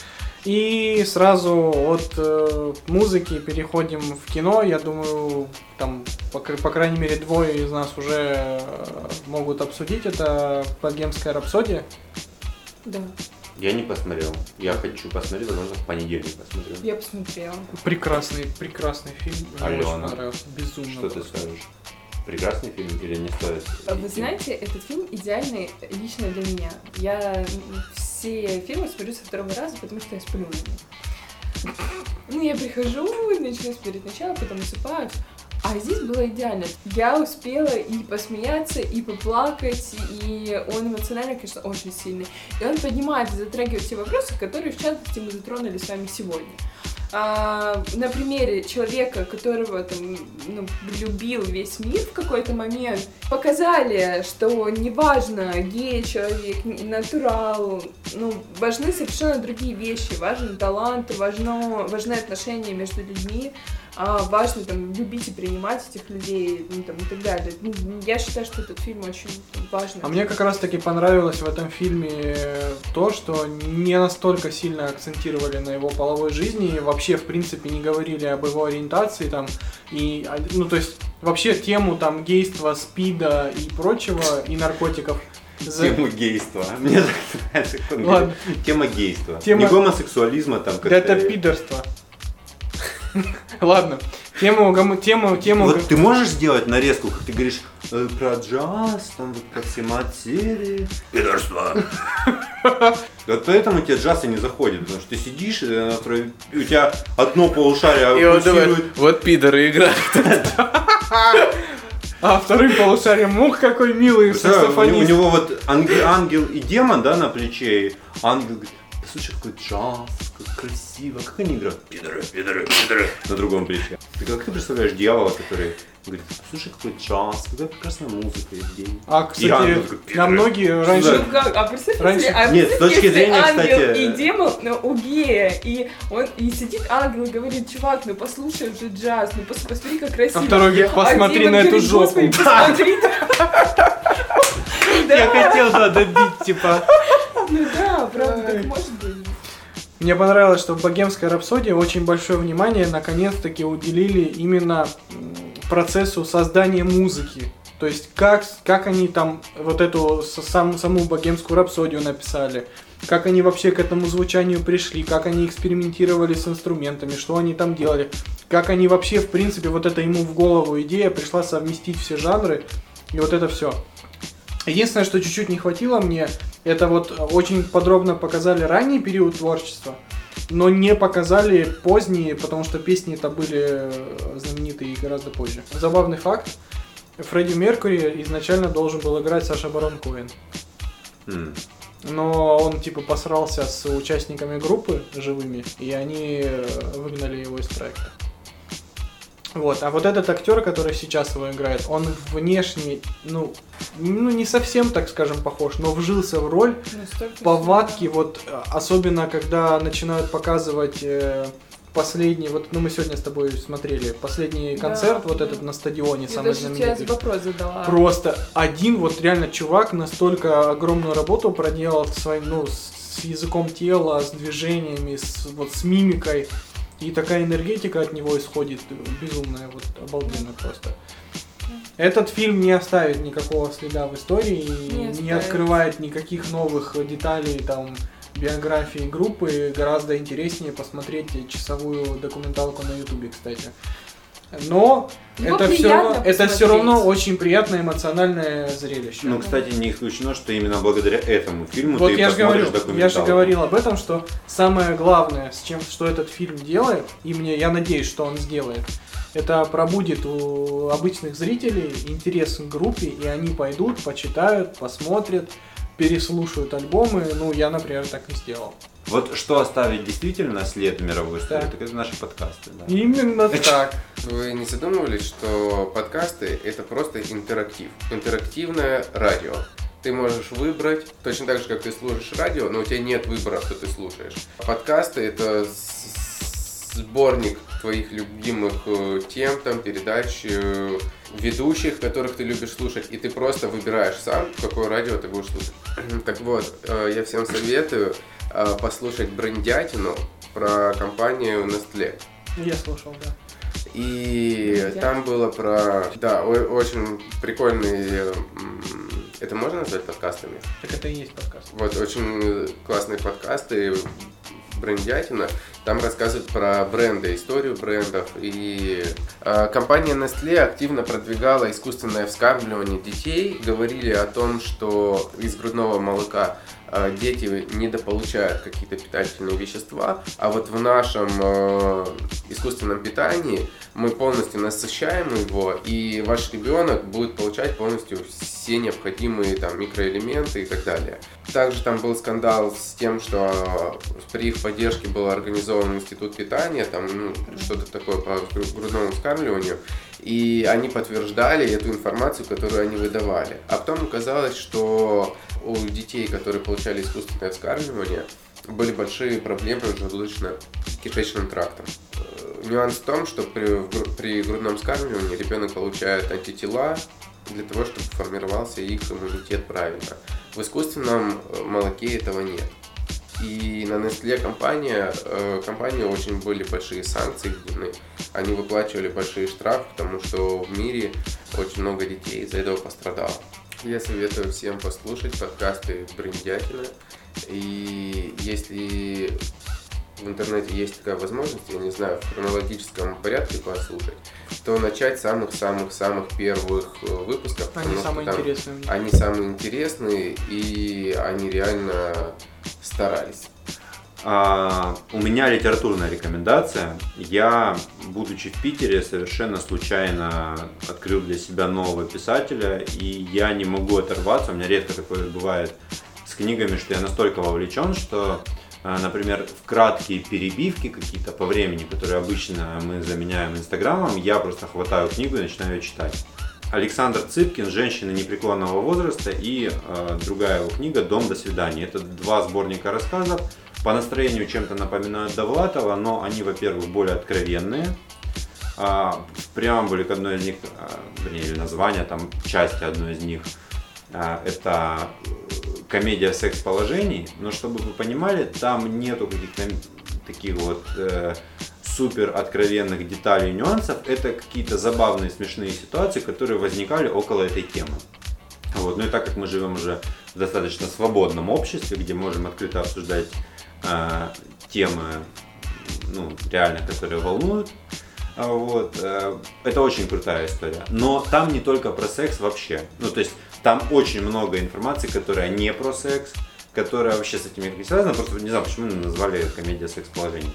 И сразу от э, музыки переходим в кино. Я думаю, там, по, по крайней мере, двое из нас уже э, могут обсудить. Это «Богемская рапсодия». Да, Я не посмотрел. Я хочу посмотреть, возможно, в понедельник посмотрю. я посмотрела. Прекрасный, прекрасный фильм. Мне Алена, очень понравился. Безумно. Что ты просто. скажешь? Прекрасный фильм или не стоит? Вы идти? знаете, этот фильм идеальный лично для меня. Я все фильмы смотрю со второго раза, потому что я сплю на них. Ну, я прихожу, начинаю смотреть сначала, потом усыпаю. А здесь было идеально. Я успела и посмеяться, и поплакать, и он эмоционально, конечно, очень сильный. И он поднимает и затрагивает те вопросы, которые, в частности, мы затронули с вами сегодня. А, на примере человека, которого там, ну, любил весь мир в какой-то момент, показали, что неважно, гей человек, натурал, ну, важны совершенно другие вещи, важен талант, важно, важны отношения между людьми, а важно там любить и принимать этих людей, ну, там, и так далее. Ну, я считаю, что этот фильм очень там, важный. А мне как раз таки понравилось в этом фильме то, что не настолько сильно акцентировали на его половой жизни, и вообще в принципе не говорили об его ориентации там, и, ну то есть вообще тему там гейства, спида и прочего, и наркотиков. За- Тему гейства. Мне так нравится, как он Ладно. говорит. Тема гейства. Тема- Не гомосексуализма там как-то. Это пидорство. Ладно. Тему, гом- тему, тему... Вот ты можешь сделать нарезку, как ты говоришь, э, про джаз, там вот про все материи. Пидорство. Вот поэтому тебе джаз и не заходит, потому что ты сидишь, э, про- у тебя одно полушарие И вот давай, пульсирует. вот пидоры играют. А вторым полушарием, мух, какой милый Да, у, него, у саксофонист. него вот ангел, ангел и демон, да, на плече. И ангел говорит, слушай, какой джаз, как красиво, как они играют. Пидоры, пидоры, пидоры. На другом плече. Ты как ты представляешь дьявола, который говорит, слушай, какой джаз, какая прекрасная музыка, Евгений. А, И ангел кстати, такой, на «Пидоры». многие раньше... Ну как, а представьте, Раньше- если- а Нет, с представьте, точки если зрения, ангел кстати- и демон, ну, у гея, и он и сидит ангел и говорит, чувак, ну послушай уже джаз, ну пос- посмотри, как красиво. А второй говорит, посмотри демон на эту говорит, жопу. «Господи, посмотри». Я хотел, да, добить, типа... Ну да, правда, Ай. так может быть. Мне понравилось, что в «Богемской рапсодии» очень большое внимание наконец-таки уделили именно м, процессу создания музыки. То есть как, как они там вот эту с- сам, саму «Богемскую рапсодию» написали, как они вообще к этому звучанию пришли, как они экспериментировали с инструментами, что они там делали, как они вообще, в принципе, вот это ему в голову идея пришла совместить все жанры и вот это все. Единственное, что чуть-чуть не хватило мне, это вот очень подробно показали ранний период творчества, но не показали поздние, потому что песни-то были знаменитые гораздо позже. Забавный факт, Фредди Меркьюри изначально должен был играть Саша Барон Коэн, М. но он типа посрался с участниками группы живыми, и они выгнали его из проекта. Вот, а вот этот актер, который сейчас его играет, он внешне, ну, ну не совсем, так скажем, похож, но вжился в роль. Ну, столько Повадки, всего. вот, особенно когда начинают показывать э, последний, вот, ну мы сегодня с тобой смотрели, последний Да, концерт, вот да. этот на стадионе, Я самый даже тебе знаменитый. вопрос задала. Просто один вот реально чувак настолько огромную работу проделал своим, ну, с языком тела, с движениями, с, вот, с мимикой. И такая энергетика от него исходит безумная, вот обалденно просто. Этот фильм не оставит никакого следа в истории, Не не, не оставит. открывает никаких новых деталей там биографии группы, гораздо интереснее посмотреть часовую документалку на Ютубе, кстати. Но Его это все, приятно равно, это все посмотреть. равно очень приятное эмоциональное зрелище. Ну, кстати, не исключено, что именно благодаря этому фильму Вот ты я же посмотришь говорю, документалку. я же говорил об этом, что самое главное, с чем, что этот фильм делает, и мне, я надеюсь, что он сделает, это пробудит у обычных зрителей интерес к группе, и они пойдут, почитают, посмотрят, переслушают альбомы. Ну, я, например, так и сделал. Вот что оставить действительно след в мировой истории, Да. так это наши подкасты. Да. Именно так. Вы не задумывались, что подкасты — это просто интерактив, интерактивное радио. Ты можешь выбрать, точно так же, как ты слушаешь радио, но у тебя нет выбора, что ты слушаешь. Подкасты — это с- сборник твоих любимых э, тем, там, передач, э, ведущих, которых ты любишь слушать, и ты просто выбираешь сам, какое радио ты будешь слушать. Так вот, э, я всем советую э, послушать брендятину про компанию Nestlé. Я слушал, да. И Брендятина. там было про... Да, о- очень прикольные... м, Это можно назвать подкастами? Так это и есть подкаст. Вот, очень классные подкасты, брендятина. Там рассказывают про бренды, историю брендов. И э, компания Nestlé активно продвигала искусственное вскармливание детей. Говорили о том, что из грудного молока э, дети недополучают какие-то питательные вещества, а вот в нашем э, искусственном питании мы полностью насыщаем его, и ваш ребенок будет получать полностью все необходимые там микроэлементы и так далее. Также там был скандал с тем, что при их поддержке был организован институт питания, там ну, что-то такое по грудному вскармливанию, и они подтверждали эту информацию, которую они выдавали. А потом оказалось, что у детей, которые получали искусственное вскармливание, были большие проблемы с желудочно-кишечным трактом. Нюанс в том, что при, при грудном вскармливании ребенок получает антитела для того, чтобы формировался их иммунитет правильно. В искусственном молоке этого нет. И на Nestlé компания, э, компании очень были большие санкции введены. Они выплачивали большие штрафы, потому что в мире очень много детей из-за этого пострадало. Я советую всем послушать подкасты Брендятина. И если в интернете есть такая возможность, я не знаю, в хронологическом порядке послушать, то начать с самых-самых-самых первых выпусков. Они потому самые что там интересные у них. Они самые интересные, и они реально старались. А, у меня литературная рекомендация. Я, будучи в Питере, совершенно случайно открыл для себя нового писателя, и я не могу оторваться. У меня редко такое бывает с книгами, что я настолько вовлечен, что, например, в краткие перебивки какие-то по времени, которые обычно мы заменяем инстаграмом, я просто хватаю книгу и начинаю ее читать. Александр Цыпкин «Женщины непреклонного возраста» и э, другая его книга «Дом, до свидания». Это два сборника рассказов. По настроению чем-то напоминают Довлатова, но они, во-первых, более откровенные. А, в преамбуле к одной из них, а, вернее, или название, там, части одной из них, а, это комедия секс-положений. Но чтобы вы понимали, там нету каких-то таких вот э, супер откровенных деталей и нюансов. Это какие-то забавные, смешные ситуации, которые возникали около этой темы. Вот. Ну и так как мы живем уже в достаточно свободном обществе, где можем открыто обсуждать э, темы, ну, реально, которые волнуют, вот, э, это очень крутая история. Но там не только про секс вообще. Ну, то есть там очень много информации, которая не про секс, которая вообще с этим никак не связана. Просто не знаю, почему назвали комедия секс-положений.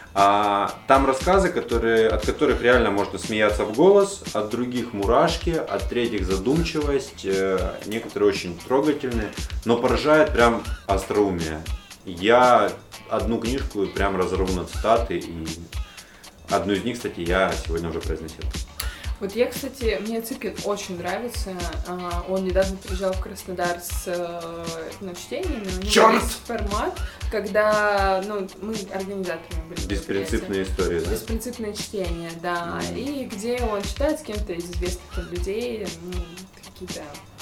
А, там рассказы, которые, от которых реально можно смеяться в голос, от других мурашки, от третьих задумчивость, э, некоторые очень трогательные, но поражает прям остроумие. Я одну книжку прям разорву на цитаты, и одну из них, кстати, я сегодня уже произносил. Вот я, кстати, мне Цыпкин очень нравится. Он недавно приезжал в Краснодар с ну, чтениями. У него Чёрт! есть формат, когда ну, мы организаторами были. Беспринципные истории, да? Беспринципное чтение, да. Mm. И где он читает с кем-то из известных там людей ну, какие-то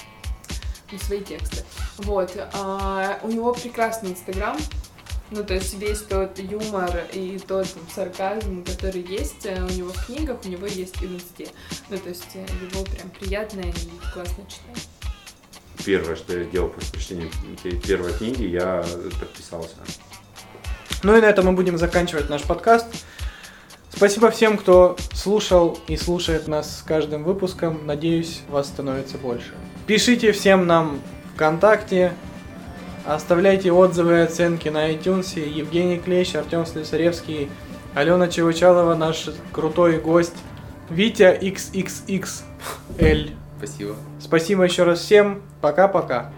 ну, свои тексты. Вот. А, у него прекрасный Инстаграм. Ну, то есть весь тот юмор и тот там, сарказм, который есть у него в книгах, у него есть и в инсте. Ну, то есть его прям приятно и классно читать. первое, что я сделал после прочтения первой книги, я подписался. Ну и на этом мы будем заканчивать наш подкаст. Спасибо всем, кто слушал и слушает нас с каждым выпуском. Надеюсь, вас становится больше. Пишите всем нам ВКонтакте, оставляйте отзывы и оценки на iTunes. Евгений Клещ, Артем Слесаревский, Алена Чевычалова, наш крутой гость, Витя икс икс икс эль. Спасибо. Спасибо еще раз всем. Пока-пока.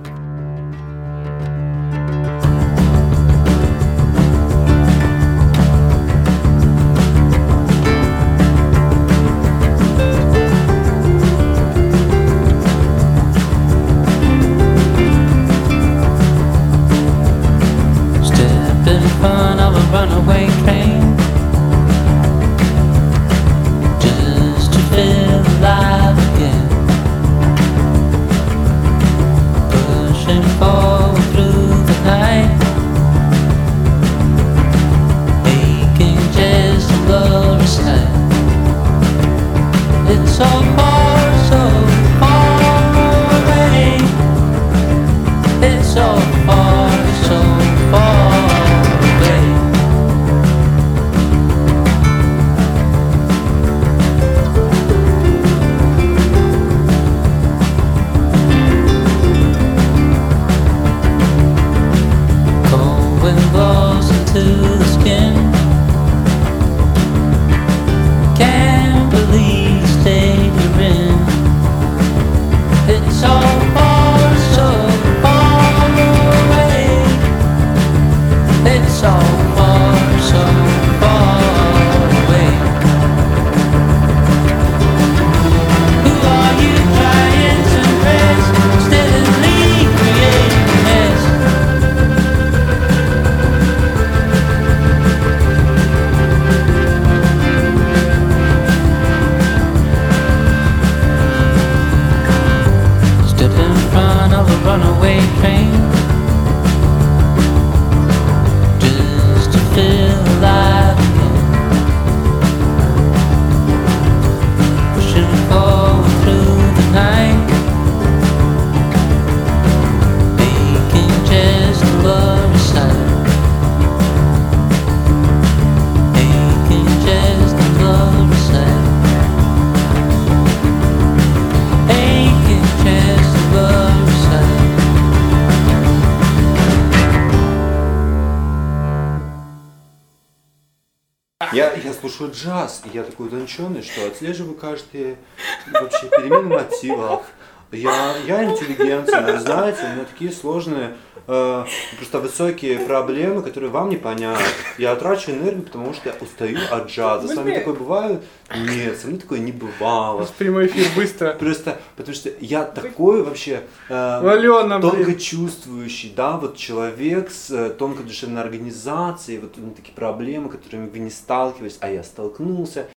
Я, я слушаю джаз, и я такой утонченный, что отслеживаю каждые вообще перемены мотивов. Я, я интеллигентный, вы знаете, у меня такие сложные, э, просто высокие проблемы, которые вам не понятны. Я трачу энергию, потому что я устаю от джаза. С вами такое бывает? Нет, со мной такое не бывало. Прямой эфир быстро. Просто потому что я такой вообще э, Алена, тонко блин. чувствующий, да, вот человек с э, тонкой душевной организацией, вот у меня такие проблемы, которыми вы не сталкивались, а я столкнулся.